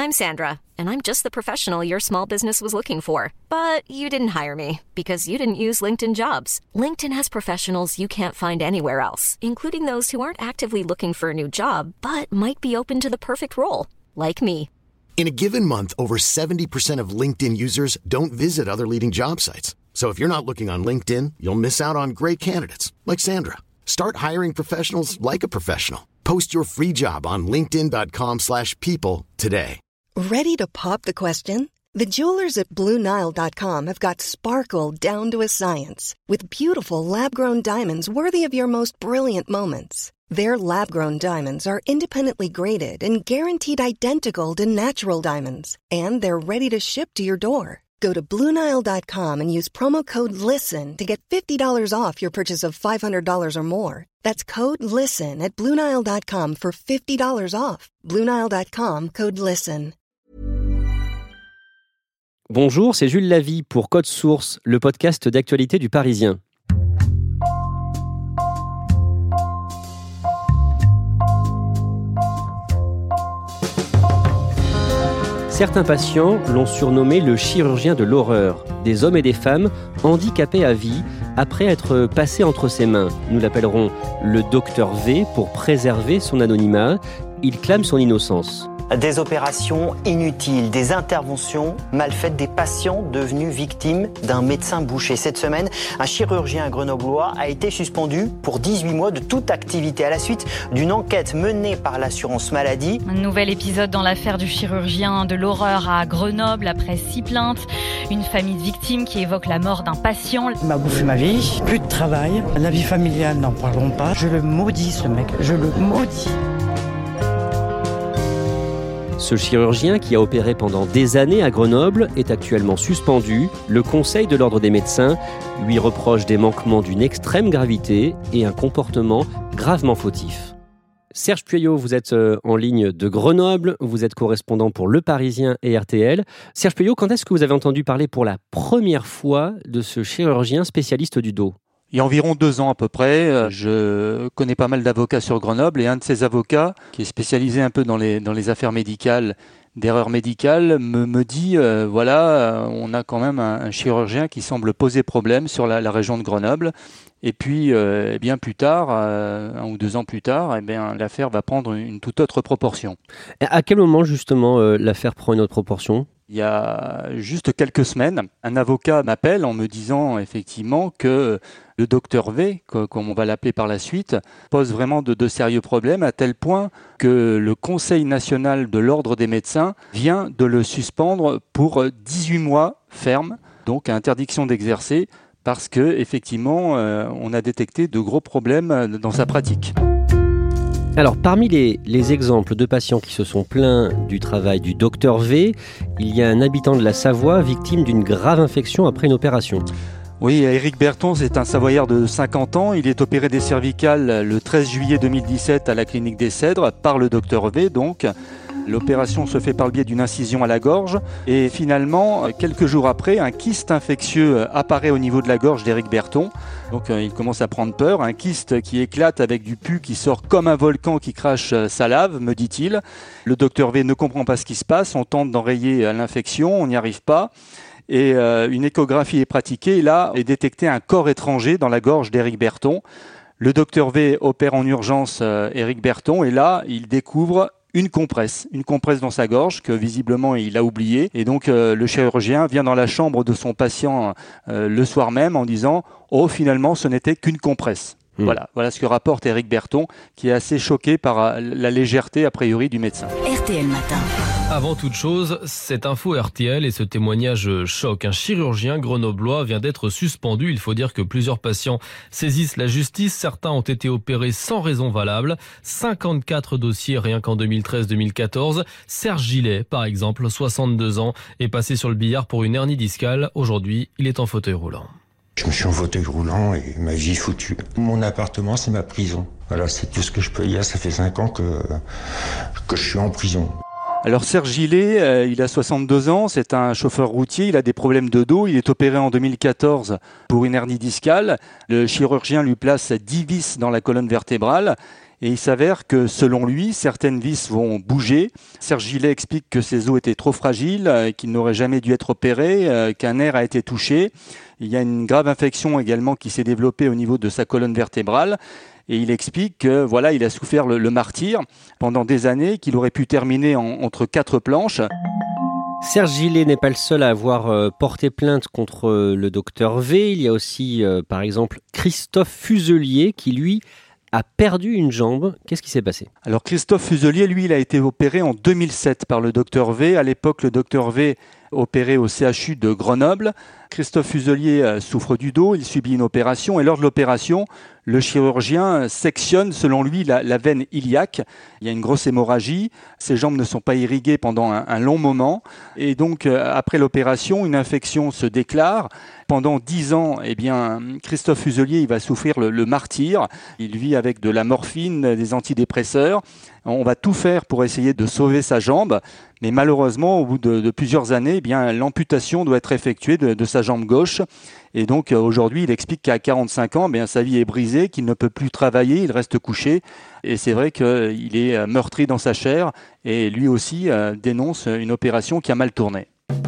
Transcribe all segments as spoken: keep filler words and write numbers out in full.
I'm Sandra, and I'm just the professional your small business was looking for. But you didn't hire me because you didn't use LinkedIn Jobs. LinkedIn has professionals you can't find anywhere else, including those who aren't actively looking for a new job, but might be open to the perfect role, like me. In a given month, over seventy percent of LinkedIn users don't visit other leading job sites. So if you're not looking on LinkedIn, you'll miss out on great candidates like Sandra. Start hiring professionals like a professional. Post your free job on linkedin.com slash people today. Ready to pop the question? The jewelers at Blue Nile dot com have got sparkle down to a science with beautiful lab-grown diamonds worthy of your most brilliant moments. Their lab-grown diamonds are independently graded and guaranteed identical to natural diamonds, and they're ready to ship to your door. Go to Blue Nile dot com and use promo code LISTEN to get fifty dollars off your purchase of five hundred dollars or more. That's code LISTEN at Blue Nile dot com for fifty dollars off. Blue Nile dot com, code LISTEN. Bonjour, c'est Jules Lavie pour Code Source, le podcast d'actualité du Parisien. Certains patients l'ont surnommé le chirurgien de l'horreur, des hommes et des femmes handicapés à vie après être passés entre ses mains. Nous l'appellerons le docteur V pour préserver son anonymat. Il clame son innocence. Des opérations inutiles, des interventions mal faites, des patients devenus victimes d'un médecin boucher. Cette semaine, un chirurgien grenoblois a été suspendu pour dix-huit mois de toute activité à la suite d'une enquête menée par l'assurance maladie. Un nouvel épisode dans l'affaire du chirurgien de l'horreur à Grenoble après six plaintes. Une famille de victimes qui évoque la mort d'un patient. Il m'a bouffé ma vie, plus de travail, la vie familiale, n'en parlons pas. Je le maudis ce mec, je le maudis. Ce chirurgien qui a opéré pendant des années à Grenoble est actuellement suspendu. Le Conseil de l'Ordre des médecins lui reproche des manquements d'une extrême gravité et un comportement gravement fautif. Serge Pueyo, vous êtes en ligne de Grenoble, vous êtes correspondant pour Le Parisien et R T L. Serge Pueyo, quand est-ce que vous avez entendu parler pour la première fois de ce chirurgien spécialiste du dos ? Il y a environ deux ans à peu près, je connais pas mal d'avocats sur Grenoble et un de ces avocats, qui est spécialisé un peu dans les, dans les affaires médicales, d'erreurs médicales, me, me dit, euh, voilà, on a quand même un, un chirurgien qui semble poser problème sur la, la région de Grenoble. Et puis, euh, eh bien plus tard, euh, un ou deux ans plus tard, eh bien, l'affaire va prendre une toute autre proportion. À quel moment justement euh, l'affaire prend une autre proportion ? Il y a juste quelques semaines, un avocat m'appelle en me disant effectivement que le docteur V, comme on va l'appeler par la suite, pose vraiment de, de sérieux problèmes à tel point que le Conseil national de l'Ordre des médecins vient de le suspendre pour dix-huit mois ferme, donc à interdiction d'exercer, parce que effectivement, euh, on a détecté de gros problèmes dans sa pratique. Alors, parmi les, les exemples de patients qui se sont plaints du travail du docteur V, il y a un habitant de la Savoie victime d'une grave infection après une opération. Oui, Éric Berton, c'est un Savoyard de cinquante ans. Il est opéré des cervicales le treize juillet deux mille dix-sept à la clinique des Cèdres par le docteur V, donc. L'opération se fait par le biais d'une incision à la gorge et finalement, quelques jours après, un kyste infectieux apparaît au niveau de la gorge d'Éric Berton. Donc il commence à prendre peur, un kyste qui éclate avec du pus qui sort comme un volcan qui crache sa lave, me dit-il. Le docteur V ne comprend pas ce qui se passe, on tente d'enrayer l'infection, on n'y arrive pas. Et euh, une échographie est pratiquée et là est détecté un corps étranger dans la gorge d'Éric Berton. Le docteur V opère en urgence euh, Éric Berton et là, il découvre une compresse, une compresse dans sa gorge que visiblement il a oubliée. Et donc euh, le chirurgien vient dans la chambre de son patient euh, le soir même en disant « Oh, finalement, ce n'était qu'une compresse ». Mmh. Voilà, voilà ce que rapporte Éric Berton, qui est assez choqué par la légèreté a priori du médecin. R T L Matin. Avant toute chose, cette info R T L et ce témoignage choc. Un chirurgien grenoblois vient d'être suspendu. Il faut dire que plusieurs patients saisissent la justice. Certains ont été opérés sans raison valable. cinquante-quatre dossiers rien qu'en deux mille treize deux mille quatorze. Serge Gillet, par exemple, soixante-deux ans, est passé sur le billard pour une hernie discale. Aujourd'hui, il est en fauteuil roulant. Je me suis en fauteuil roulant et ma vie foutue. Mon appartement, c'est ma prison. Voilà, c'est tout ce que je peux dire. Ça fait cinq ans que, que je suis en prison. Alors Serge Gillet, euh, il a soixante-deux ans, c'est un chauffeur routier, il a des problèmes de dos, il est opéré en deux mille quatorze pour une hernie discale. Le chirurgien lui place dix vis dans la colonne vertébrale Et il s'avère que selon lui, certaines vis vont bouger. Serge Gillet explique que ses os étaient trop fragiles, euh, qu'il n'aurait jamais dû être opéré, euh, qu'un nerf a été touché. Il y a une grave infection également qui s'est développée au niveau de sa colonne vertébrale. Et il explique que voilà, il a souffert le, le martyre pendant des années, qu'il aurait pu terminer en, entre quatre planches. Serge Gillet n'est pas le seul à avoir euh, porté plainte contre euh, le docteur V. Il y a aussi, euh, par exemple, Christophe Fuselier qui, lui, a perdu une jambe. Qu'est-ce qui s'est passé ? Alors Christophe Fuselier, lui, il a été opéré en deux mille sept par le docteur V. À l'époque, le docteur V opéré au C H U de Grenoble. Christophe Fuselier souffre du dos, il subit une opération et lors de l'opération, le chirurgien sectionne selon lui la, la veine iliaque. Il y a une grosse hémorragie, ses jambes ne sont pas irriguées pendant un, un long moment et donc après l'opération, une infection se déclare. Pendant dix ans, eh bien, Christophe Fuselier il va souffrir le, le martyre. Il vit avec de la morphine, des antidépresseurs. On va tout faire pour essayer de sauver sa jambe, mais malheureusement, au bout de, de plusieurs années, eh bien, l'amputation doit être effectuée de, de sa jambe gauche. Et donc aujourd'hui, il explique qu'à quarante-cinq ans, eh bien, sa vie est brisée, qu'il ne peut plus travailler, il reste couché. Et c'est vrai qu'il est meurtri dans sa chair et lui aussi euh, dénonce une opération qui a mal tourné.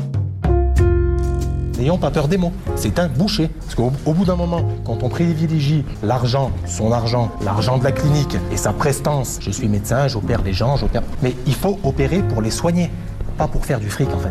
N'ayons pas peur des mots, c'est un boucher. Parce qu'au au bout d'un moment, quand on privilégie l'argent, son argent, l'argent de la clinique et sa prestance, je suis médecin, j'opère les gens, j'opère... Mais il faut opérer pour les soigner, pas pour faire du fric en fait.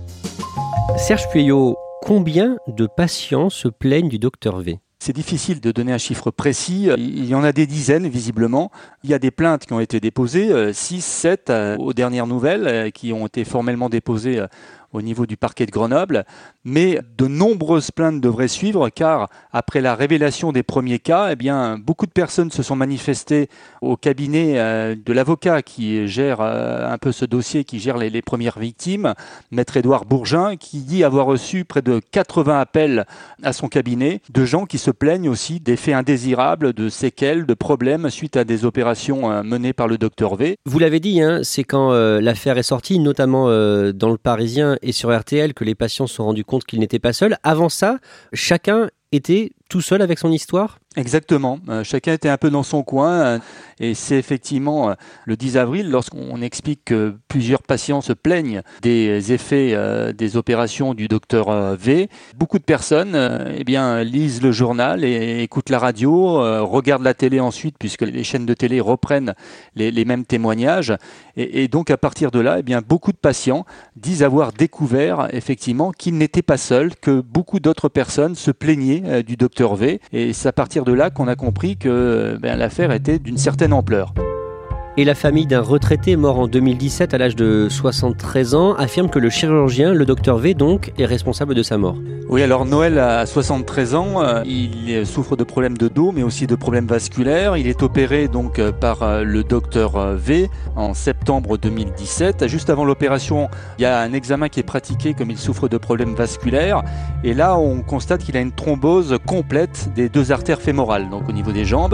Serge Pueyo, combien de patients se plaignent du docteur V ? C'est difficile de donner un chiffre précis. Il y en a des dizaines, visiblement. Il y a des plaintes qui ont été déposées, six, sept aux dernières nouvelles, qui ont été formellement déposées au niveau du parquet de Grenoble. Mais de nombreuses plaintes devraient suivre, car après la révélation des premiers cas, eh bien, beaucoup de personnes se sont manifestées au cabinet de l'avocat qui gère un peu ce dossier, qui gère les, les premières victimes, Maître Édouard Bourgin, qui dit avoir reçu près de quatre-vingts appels à son cabinet de gens qui se plaignent aussi d'effets indésirables, de séquelles, de problèmes suite à des opérations menées par le docteur V. Vous l'avez dit, hein, c'est quand euh, l'affaire est sortie, notamment euh, dans Le Parisien et sur R T L, que les patients se sont rendus compte qu'ils n'étaient pas seuls. Avant ça, chacun était tout seul avec son histoire ? Exactement. Euh, chacun était un peu dans son coin euh, et c'est effectivement euh, le dix avril, lorsqu'on explique que plusieurs patients se plaignent des effets euh, des opérations du docteur euh, V. Beaucoup de personnes euh, eh bien, lisent le journal et écoutent la radio, euh, regardent la télé ensuite, puisque les chaînes de télé reprennent les, les mêmes témoignages. Et, et donc à partir de là, eh bien, beaucoup de patients disent avoir découvert effectivement qu'ils n'étaient pas seuls, que beaucoup d'autres personnes se plaignaient euh, du docteur V. Et c'est à partir de là qu'on a compris que ben, l'affaire était d'une certaine ampleur. Et la famille d'un retraité mort en deux mille dix-sept à l'âge de soixante-treize ans affirme que le chirurgien, le docteur V donc, est responsable de sa mort. Oui, alors Noël a soixante-treize ans, euh, il souffre de problèmes de dos mais aussi de problèmes vasculaires. Il est opéré donc euh, par euh, le docteur euh, V en septembre deux mille dix-sept. Juste avant l'opération, il y a un examen qui est pratiqué comme il souffre de problèmes vasculaires. Et là, on constate qu'il a une thrombose complète des deux artères fémorales, donc au niveau des jambes.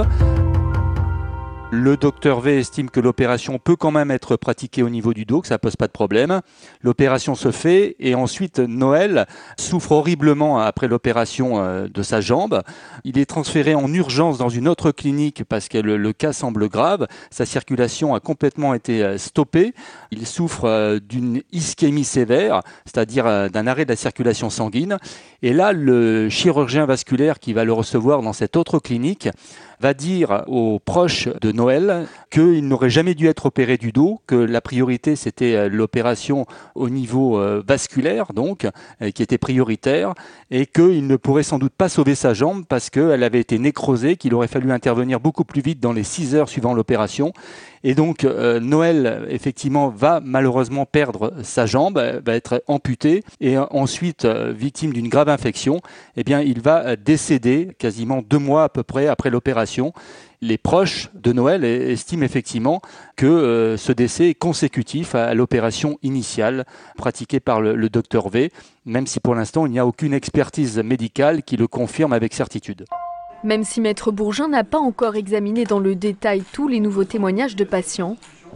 Le docteur V estime que l'opération peut quand même être pratiquée au niveau du dos, que ça pose pas de problème. L'opération se fait et ensuite Noël souffre horriblement après l'opération de sa jambe. Il est transféré en urgence dans une autre clinique parce que le, le cas semble grave. Sa circulation a complètement été stoppée. Il souffre d'une ischémie sévère, c'est-à-dire d'un arrêt de la circulation sanguine. Et là, le chirurgien vasculaire qui va le recevoir dans cette autre clinique va dire aux proches de Noël qu'il n'aurait jamais dû être opéré du dos, que la priorité c'était l'opération au niveau vasculaire, donc, qui était prioritaire, et qu'il ne pourrait sans doute pas sauver sa jambe parce qu'elle avait été nécrosée, qu'il aurait fallu intervenir beaucoup plus vite dans les six heures suivant l'opération. Et donc euh, Noël, effectivement, va malheureusement perdre sa jambe, va être amputé et euh, ensuite, euh, victime d'une grave infection, eh bien, il va décéder quasiment deux mois à peu près après l'opération. Les proches de Noël estiment effectivement que euh, ce décès est consécutif à l'opération initiale pratiquée par le, le docteur V, même si pour l'instant il n'y a aucune expertise médicale qui le confirme avec certitude. Même si Maître Bourgin n'a pas encore examiné dans le détail tous les nouveaux témoignages de patients,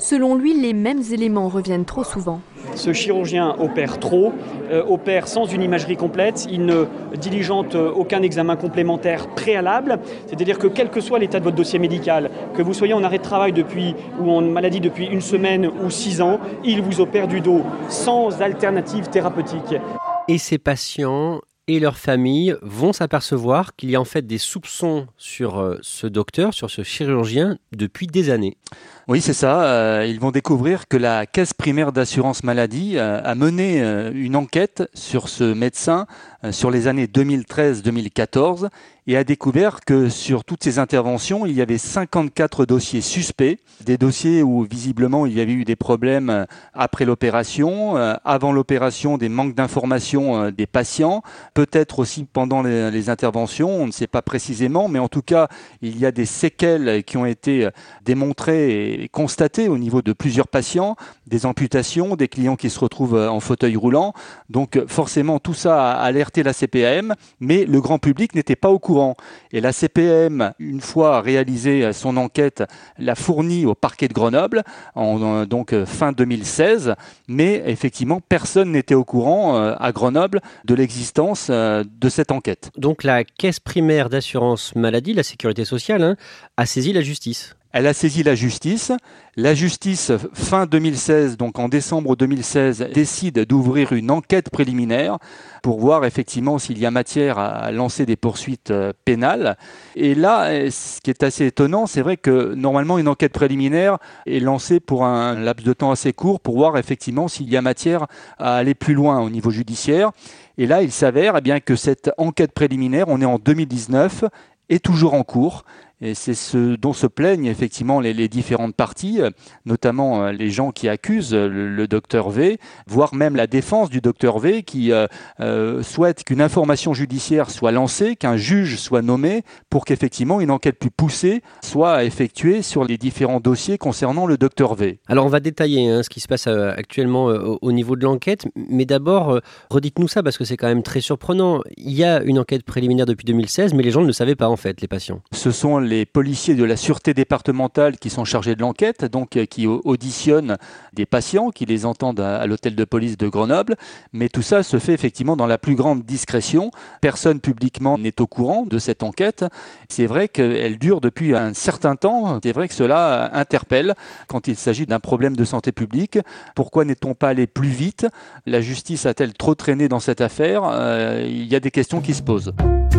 Selon lui, les mêmes éléments reviennent trop souvent. Ce chirurgien opère trop, euh, opère sans une imagerie complète, il ne diligente aucun examen complémentaire préalable, c'est-à-dire que quel que soit l'état de votre dossier médical, que vous soyez en arrêt de travail depuis ou en maladie depuis une semaine ou six ans, il vous opère du dos sans alternative thérapeutique. Et ces patients et leurs familles vont s'apercevoir qu'il y a en fait des soupçons sur ce docteur, sur ce chirurgien depuis des années. Oui, c'est ça. Euh, ils vont découvrir que la Caisse primaire d'assurance maladie euh, a mené euh, une enquête sur ce médecin euh, sur les années deux mille treize deux mille quatorze et a découvert que sur toutes ces interventions, il y avait cinquante-quatre dossiers suspects, des dossiers où visiblement il y avait eu des problèmes après l'opération, euh, avant l'opération, des manques d'informations euh, des patients, peut-être aussi pendant les, les interventions, on ne sait pas précisément, mais en tout cas, il y a des séquelles qui ont été démontrées et constatées au niveau de plusieurs patients, des amputations, des clients qui se retrouvent en fauteuil roulant. Donc forcément, tout ça a alerté la C P A M, mais le grand public n'était pas au courant. Et la C P A M, une fois réalisé son enquête, l'a fournie au parquet de Grenoble, en, donc fin deux mille seize, mais effectivement, personne n'était au courant à Grenoble de l'existence de cette enquête. Donc la Caisse primaire d'assurance maladie, la sécurité sociale, hein, a saisi la justice. Elle a saisi la justice. La justice, fin deux mille seize, donc en décembre deux mille seize, décide d'ouvrir une enquête préliminaire pour voir effectivement s'il y a matière à lancer des poursuites pénales. Et là, ce qui est assez étonnant, c'est vrai que normalement une enquête préliminaire est lancée pour un laps de temps assez court pour voir effectivement s'il y a matière à aller plus loin au niveau judiciaire. Et là, il s'avère eh bien, que cette enquête préliminaire, on est en deux mille dix-neuf, est toujours en cours. Et c'est ce dont se plaignent effectivement les, les différentes parties, notamment les gens qui accusent le, le docteur V, voire même la défense du docteur V qui euh, euh, souhaite qu'une information judiciaire soit lancée, qu'un juge soit nommé pour qu'effectivement une enquête plus poussée soit effectuée sur les différents dossiers concernant le docteur V. Alors on va détailler hein, ce qui se passe euh, actuellement euh, au niveau de l'enquête, mais d'abord euh, redites-nous ça parce que c'est quand même très surprenant. Il y a une enquête préliminaire depuis deux mille seize, mais les gens ne le savaient pas en fait, les patients. Ce sont les les policiers de la sûreté départementale qui sont chargés de l'enquête, donc qui auditionnent des patients, qui les entendent à, à l'hôtel de police de Grenoble. Mais tout ça se fait effectivement dans la plus grande discrétion. Personne publiquement n'est au courant de cette enquête. C'est vrai qu'elle dure depuis un certain temps. C'est vrai que cela interpelle quand il s'agit d'un problème de santé publique. Pourquoi n'est-on pas allé plus vite ? La justice a-t-elle trop traîné dans cette affaire ? euh, Il y a des questions qui se posent.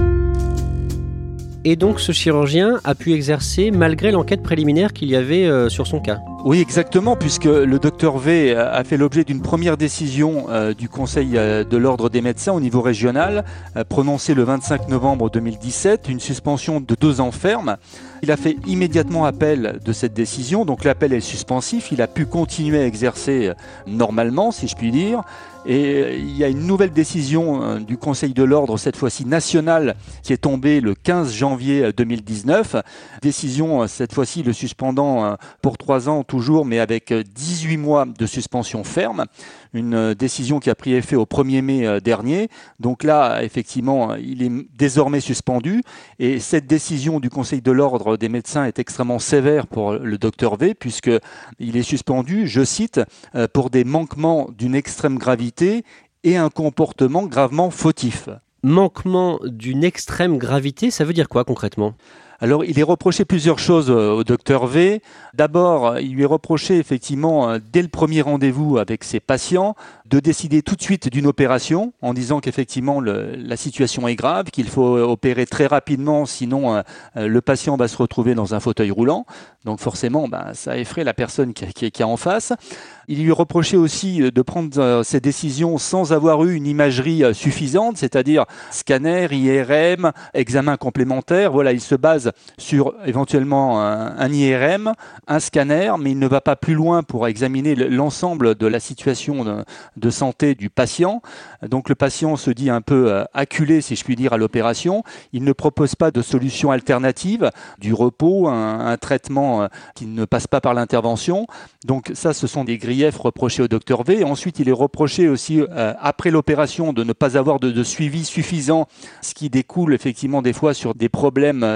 Et donc ce chirurgien a pu exercer malgré l'enquête préliminaire qu'il y avait euh, sur son cas. Oui, exactement, puisque le docteur V a fait l'objet d'une première décision euh, du Conseil euh, de l'Ordre des médecins au niveau régional, euh, prononcée le vingt-cinq novembre deux mille dix-sept, une suspension de deux ans ferme. Il a fait immédiatement appel de cette décision, donc l'appel est suspensif, il a pu continuer à exercer euh, normalement, si je puis dire. Et il y a une nouvelle décision du Conseil de l'Ordre, cette fois-ci nationale, qui est tombée le quinze janvier deux mille dix-neuf. Décision, cette fois-ci, le suspendant pour trois ans toujours, mais avec dix-huit mois de suspension ferme. Une décision qui a pris effet au premier mai dernier. Donc là, effectivement, il est désormais suspendu. Et cette décision du Conseil de l'Ordre des médecins est extrêmement sévère pour le docteur V, puisqu'il est suspendu, je cite, pour des manquements d'une extrême gravité et un comportement gravement fautif. Manquement d'une extrême gravité, ça veut dire quoi concrètement ? Alors, il est reproché plusieurs choses au docteur V. D'abord, il lui est reproché effectivement, dès le premier rendez-vous avec ses patients, de décider tout de suite d'une opération en disant qu'effectivement le, la situation est grave, qu'il faut opérer très rapidement, sinon euh, le patient va se retrouver dans un fauteuil roulant. Donc forcément, ben, ça effraie la personne qui, qui, qui est en face. Il lui reprochait aussi de prendre euh, ces décisions sans avoir eu une imagerie euh, suffisante, c'est-à-dire scanner, I R M, examen complémentaire. Voilà, il se base sur éventuellement un, un I R M, un scanner, mais il ne va pas plus loin pour examiner l'ensemble de la situation de, de santé du patient. Donc le patient se dit un peu euh, acculé, si je puis dire, à l'opération. Il ne propose pas de solution alternative, du repos, un, un traitement euh, qui ne passe pas par l'intervention. Donc ça, ce sont des griefs reprochés au docteur V. Ensuite, il est reproché aussi, euh, après l'opération, de ne pas avoir de, de suivi suffisant, ce qui découle effectivement des fois sur des problèmes d'inflammation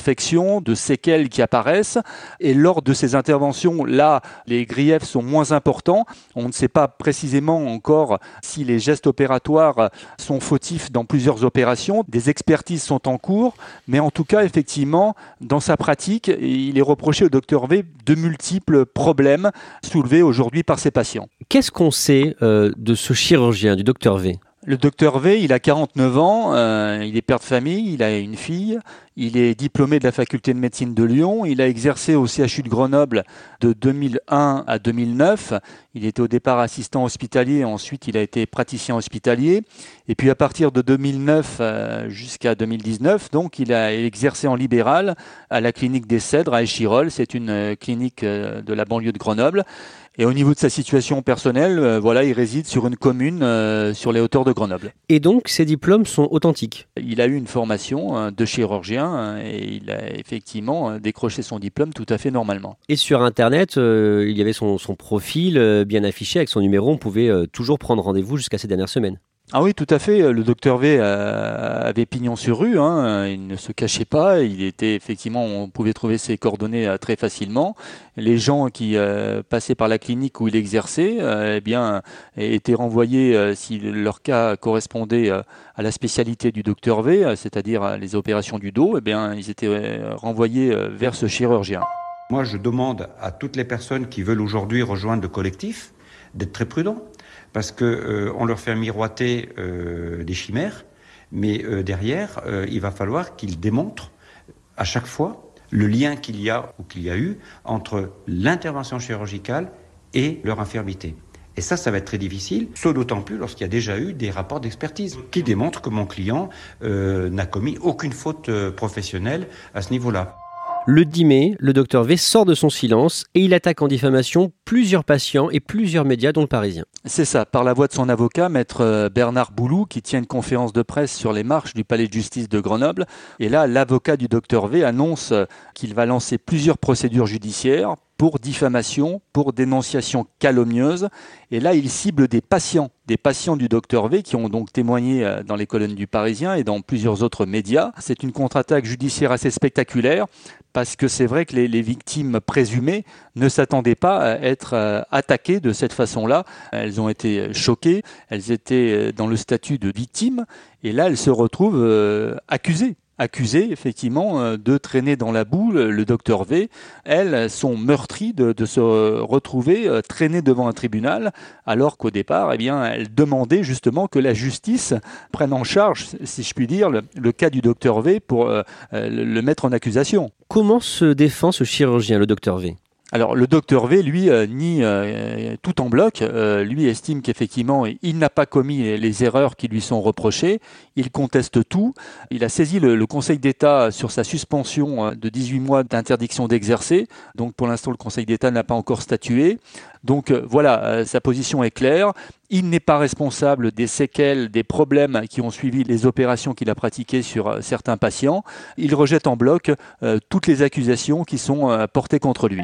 d'infections, de séquelles qui apparaissent. Et lors de ces interventions, là, les griefs sont moins importants. On ne sait pas précisément encore si les gestes opératoires sont fautifs dans plusieurs opérations. Des expertises sont en cours, mais en tout cas, effectivement, dans sa pratique, il est reproché au docteur V de multiples problèmes soulevés aujourd'hui par ses patients. Qu'est-ce qu'on sait euh, de ce chirurgien, du docteur V ? Le docteur V, il a quarante-neuf ans, euh, il est père de famille, il a une fille, il est diplômé de la faculté de médecine de Lyon, il a exercé au C H U de Grenoble de deux mille un à deux mille neuf, il était au départ assistant hospitalier, ensuite il a été praticien hospitalier, et puis à partir de deux mille neuf euh, jusqu'à deux mille dix-neuf, donc il a exercé en libéral à la clinique des Cèdres à Échirolles, c'est une euh, clinique euh, de la banlieue de Grenoble. Et au niveau de sa situation personnelle, euh, voilà, il réside sur une commune euh, sur les hauteurs de Grenoble. Et donc, ses diplômes sont authentiques ? Il a eu une formation euh, de chirurgien euh, et il a effectivement euh, décroché son diplôme tout à fait normalement. Et sur Internet, euh, il y avait son, son profil euh, bien affiché avec son numéro. On pouvait euh, toujours prendre rendez-vous jusqu'à ces dernières semaines. Ah oui, tout à fait. Le docteur V euh, avait pignon sur rue, hein. Il ne se cachait pas. Il était effectivement, on pouvait trouver ses coordonnées euh, très facilement. Les gens qui euh, passaient par la clinique où il exerçait, euh, eh bien, étaient renvoyés euh, si leur cas correspondait euh, à la spécialité du docteur V, euh, c'est-à-dire euh, les opérations du dos. Eh bien, ils étaient euh, renvoyés euh, vers ce chirurgien. Moi, je demande à toutes les personnes qui veulent aujourd'hui rejoindre le collectif d'être très prudents. Parce qu'on euh, leur fait miroiter euh, des chimères, mais euh, derrière, euh, il va falloir qu'ils démontrent à chaque fois le lien qu'il y a ou qu'il y a eu entre l'intervention chirurgicale et leur infirmité. Et ça, ça va être très difficile, ce d'autant plus lorsqu'il y a déjà eu des rapports d'expertise qui démontrent que mon client euh, n'a commis aucune faute euh, professionnelle à ce niveau-là. Le dix mai, le docteur V sort de son silence et il attaque en diffamation plusieurs patients et plusieurs médias, dont le Parisien. C'est ça, par la voix de son avocat, maître Bernard Boulou, qui tient une conférence de presse sur les marches du palais de justice de Grenoble. Et là, l'avocat du docteur V annonce qu'il va lancer plusieurs procédures judiciaires pour diffamation, pour dénonciation calomnieuse. Et là, il cible des patients, des patients du docteur V qui ont donc témoigné dans les colonnes du Parisien et dans plusieurs autres médias. C'est une contre-attaque judiciaire assez spectaculaire parce que c'est vrai que les, les victimes présumées ne s'attendaient pas à être attaquées de cette façon-là. Elles ont été choquées, elles étaient dans le statut de victimes et là, elles se retrouvent euh, accusées. accusées effectivement de traîner dans la boue le docteur V. Elles sont meurtries de, de se retrouver traînées devant un tribunal, alors qu'au départ, eh bien, elles demandaient justement que la justice prenne en charge, si je puis dire, le, le cas du docteur V pour euh, le, le mettre en accusation. Comment se défend ce chirurgien, le docteur V ? Alors le docteur V, lui, euh, nie euh, tout en bloc. Euh, lui estime qu'effectivement, il n'a pas commis les, les erreurs qui lui sont reprochées. Il conteste tout. Il a saisi le, le Conseil d'État sur sa suspension euh, de dix-huit mois d'interdiction d'exercer. Donc pour l'instant, le Conseil d'État n'a pas encore statué. Donc euh, voilà, euh, sa position est claire. Il n'est pas responsable des séquelles, des problèmes qui ont suivi les opérations qu'il a pratiquées sur euh, certains patients. Il rejette en bloc euh, toutes les accusations qui sont euh, portées contre lui.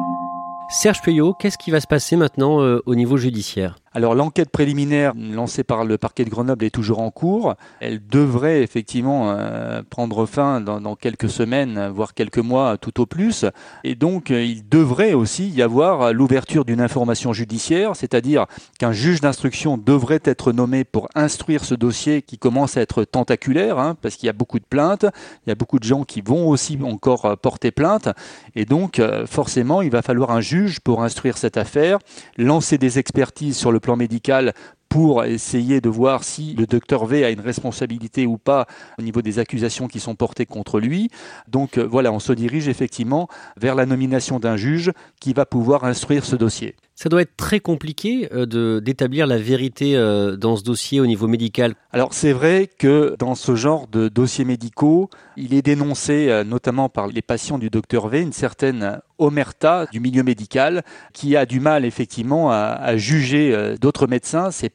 Serge Puyot, qu'est-ce qui va se passer maintenant euh, au niveau judiciaire ? Alors l'enquête préliminaire lancée par le parquet de Grenoble est toujours en cours. Elle devrait effectivement euh, prendre fin dans, dans quelques semaines, voire quelques mois tout au plus. Et donc euh, il devrait aussi y avoir l'ouverture d'une information judiciaire, c'est-à-dire qu'un juge d'instruction devrait être nommé pour instruire ce dossier qui commence à être tentaculaire, hein, parce qu'il y a beaucoup de plaintes, il y a beaucoup de gens qui vont aussi encore porter plainte. Et donc euh, forcément il va falloir un juge pour instruire cette affaire, lancer des expertises sur le plan médical pour essayer de voir si le docteur V a une responsabilité ou pas au niveau des accusations qui sont portées contre lui. Donc voilà, on se dirige effectivement vers la nomination d'un juge qui va pouvoir instruire ce dossier. Ça doit être très compliqué euh, de, d'établir la vérité euh, dans ce dossier au niveau médical. Alors c'est vrai que dans ce genre de dossiers médicaux, il est dénoncé euh, notamment par les patients du docteur V une certaine omerta du milieu médical qui a du mal effectivement à, à juger euh, d'autres médecins. C'est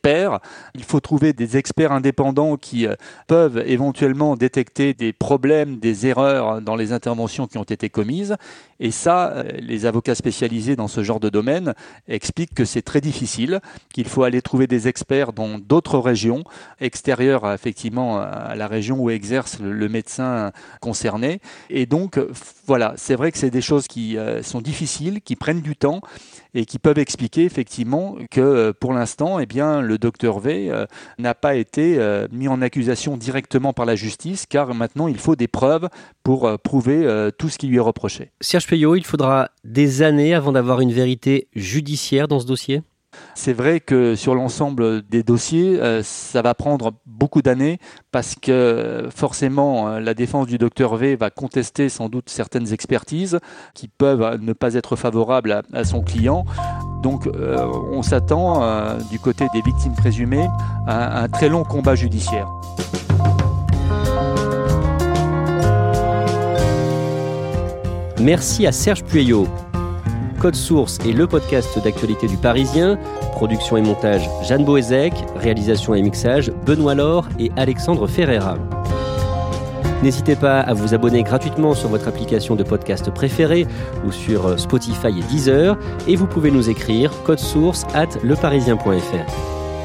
experts. Il faut trouver des experts indépendants qui euh, peuvent éventuellement détecter des problèmes, des erreurs dans les interventions qui ont été commises. Et ça, euh, les avocats spécialisés dans ce genre de domaine expliquent que c'est très difficile, qu'il faut aller trouver des experts dans d'autres régions, extérieures effectivement à la région où exerce le, le médecin concerné. Et donc, voilà, c'est vrai que c'est des choses qui euh, sont difficiles, qui prennent du temps et qui peuvent expliquer effectivement que euh, pour l'instant, eh bien, le docteur V euh, n'a pas été euh, mis en accusation directement par la justice, car maintenant il faut des preuves pour euh, prouver euh, tout ce qui lui est reproché. Serge Puyot, il faudra des années avant d'avoir une vérité judiciaire dans ce dossier ? C'est vrai que sur l'ensemble des dossiers, euh, ça va prendre beaucoup d'années parce que forcément euh, la défense du docteur V va contester sans doute certaines expertises qui peuvent ne pas être favorables à, à son client. Donc euh, on s'attend euh, du côté des victimes présumées à, à un très long combat judiciaire. Merci à Serge Puyot. Code Source est le podcast d'actualité du Parisien. Production et montage Jeanne Boézek. Réalisation et mixage Benoît Laure et Alexandre Ferreira. N'hésitez pas à vous abonner gratuitement sur votre application de podcast préférée ou sur Spotify et Deezer. Et vous pouvez nous écrire code source arobase leparisien point f r.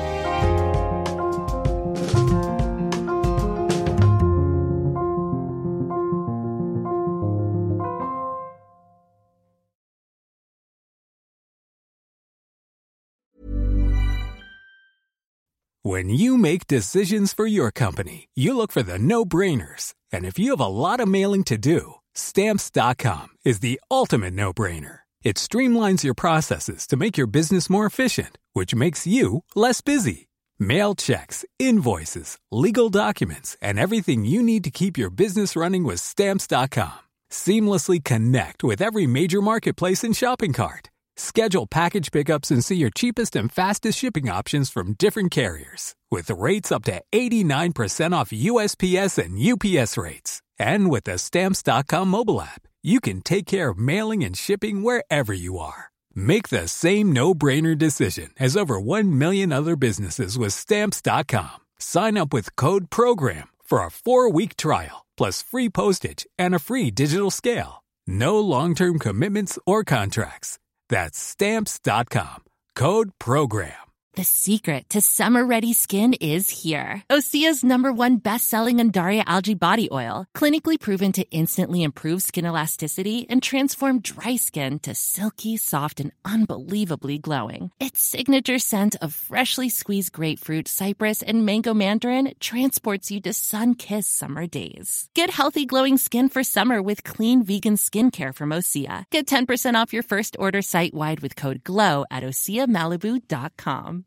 When you make decisions for your company, you look for the no-brainers. And if you have a lot of mailing to do, Stamps dot com is the ultimate no-brainer. It streamlines your processes to make your business more efficient, which makes you less busy. Mail checks, invoices, legal documents, and everything you need to keep your business running with Stamps dot com. Seamlessly connect with every major marketplace and shopping cart. Schedule package pickups and see your cheapest and fastest shipping options from different carriers. With rates up to eighty-nine percent off U S P S and U P S rates. And with the Stamps dot com mobile app, you can take care of mailing and shipping wherever you are. Make the same no-brainer decision as over one million other businesses with Stamps dot com. Sign up with code PROGRAM for a four-week trial, plus free postage and a free digital scale. No long-term commitments or contracts. That's Stamps dot com. Code PROGRAM. The secret to summer-ready skin is here. Osea's number one best-selling Undaria Algae Body Oil, clinically proven to instantly improve skin elasticity and transform dry skin to silky, soft, and unbelievably glowing. Its signature scent of freshly squeezed grapefruit, cypress, and mango mandarin transports you to sun-kissed summer days. Get healthy, glowing skin for summer with clean vegan skincare from Osea. Get ten percent off your first order site-wide with code GLOW at osea malibu dot com.